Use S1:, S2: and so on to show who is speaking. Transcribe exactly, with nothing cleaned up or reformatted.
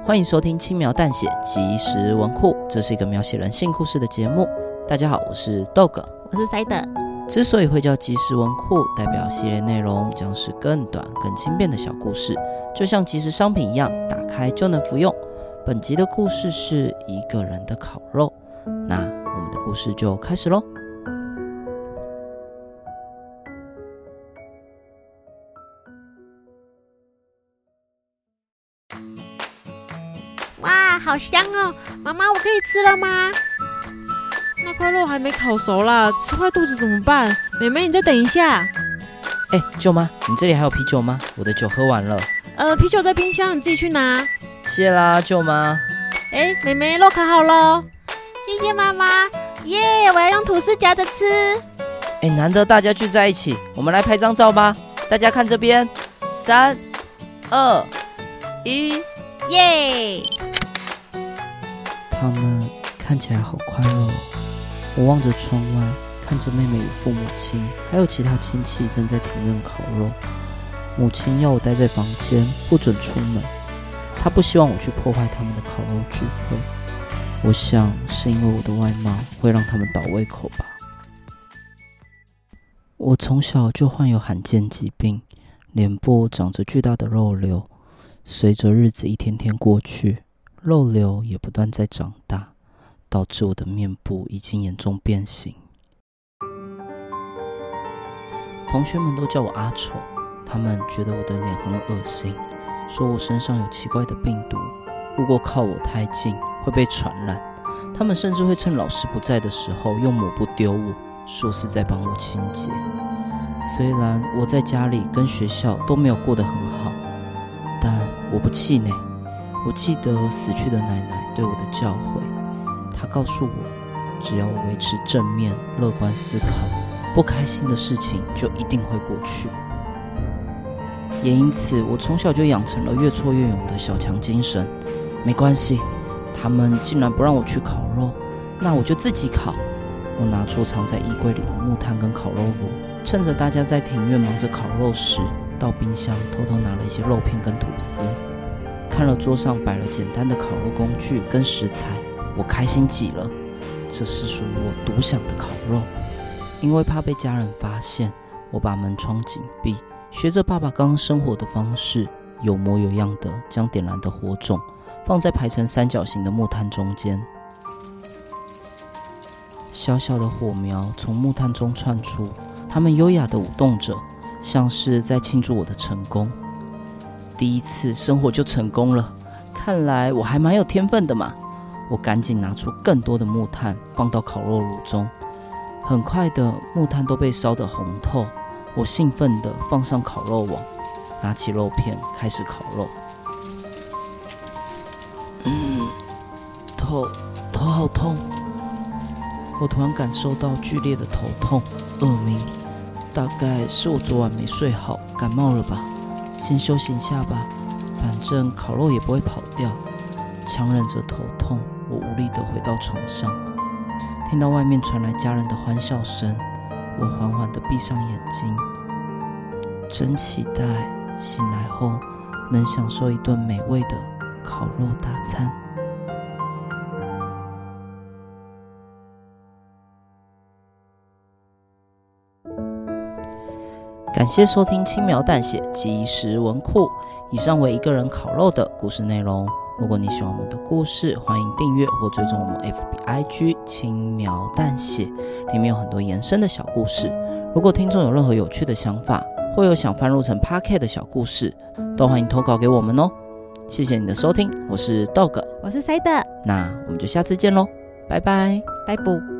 S1: 欢迎收听轻描淡写即时文库，这是一个描写人性故事的节目。大家好，我是豆哥，
S2: 我是塞德。
S1: 之所以会叫即时文库，代表系列内容将是更短更轻便的小故事，就像即时商品一样，打开就能服用。本集的故事是一个人的烤肉，那我们的故事就开始咯。
S2: 哇，好香哦！妈妈，我可以吃了吗？
S3: 那块肉还没烤熟啦，吃坏肚子怎么办？妹妹，你再等一下。
S1: 哎，舅妈，你这里还有啤酒吗？我的酒喝完了。
S3: 呃，啤酒在冰箱，你自己去拿。
S1: 谢啦，舅妈。
S3: 哎，妹妹，肉烤好了。
S2: 谢谢妈妈。耶，我要用吐司夹着吃。
S1: 哎，难得大家聚在一起，我们来拍张照吧。大家看这边，三、二、一，
S2: 耶！
S1: 他们看起来好快乐哦。我望着窗外，看着妹妹与父母亲还有其他亲戚正在庭院烤肉。母亲要我待在房间，不准出门。她不希望我去破坏他们的烤肉聚会。我想是因为我的外貌会让他们倒胃口吧。我从小就患有罕见疾病，脸部长着巨大的肉瘤。随着日子一天天过去，肉瘤也不断在长大，导致我的面部已经严重变形。同学们都叫我阿丑，他们觉得我的脸很恶心，说我身上有奇怪的病毒，如果靠我太近会被传染。他们甚至会趁老师不在的时候用抹布丢我，说是在帮我清洁。虽然我在家里跟学校都没有过得很好，但我不气馁。我记得死去的奶奶对我的教诲，她告诉我，只要我维持正面乐观思考，不开心的事情就一定会过去。也因此，我从小就养成了越挫越勇的小强精神。没关系，他们竟然不让我去烤肉，那我就自己烤。我拿出藏在衣柜里的木炭跟烤肉炉，趁着大家在庭院忙着烤肉时，到冰箱偷偷拿了一些肉片跟吐司。看了桌上摆了简单的烤肉工具跟食材，我开心极了。这是属于我独享的烤肉。因为怕被家人发现，我把门窗紧闭，学着爸爸刚刚生活的方式，有模有样的将点燃的火种放在排成三角形的木炭中间。小小的火苗从木炭中窜出，它们优雅地舞动着，像是在庆祝我的成功。第一次生火就成功了，看来我还蛮有天分的嘛。我赶紧拿出更多的木炭放到烤肉炉中，很快的木炭都被烧得红透。我兴奋地放上烤肉网，拿起肉片开始烤肉。嗯，头头好痛。我突然感受到剧烈的头痛、恶鸣，大概是我昨晚没睡好，感冒了吧。先休息一下吧，反正烤肉也不会跑掉。强忍着头痛，我无力地回到床上。听到外面传来家人的欢笑声，我缓缓地闭上眼睛，真期待醒来后能享受一顿美味的烤肉大餐。感谢收听轻描淡写即时文库，以上为一个人烤肉的故事内容。如果你喜欢我们的故事，欢迎订阅或追踪我们 F B I G 轻描淡写，里面有很多延伸的小故事。如果听众有任何有趣的想法，或有想翻录成 Podcast 的小故事，都欢迎投稿给我们哦。谢谢你的收听，我是 Dog，
S2: 我是塞德，
S1: 那我们就下次见咯，拜拜，
S2: 拜拜。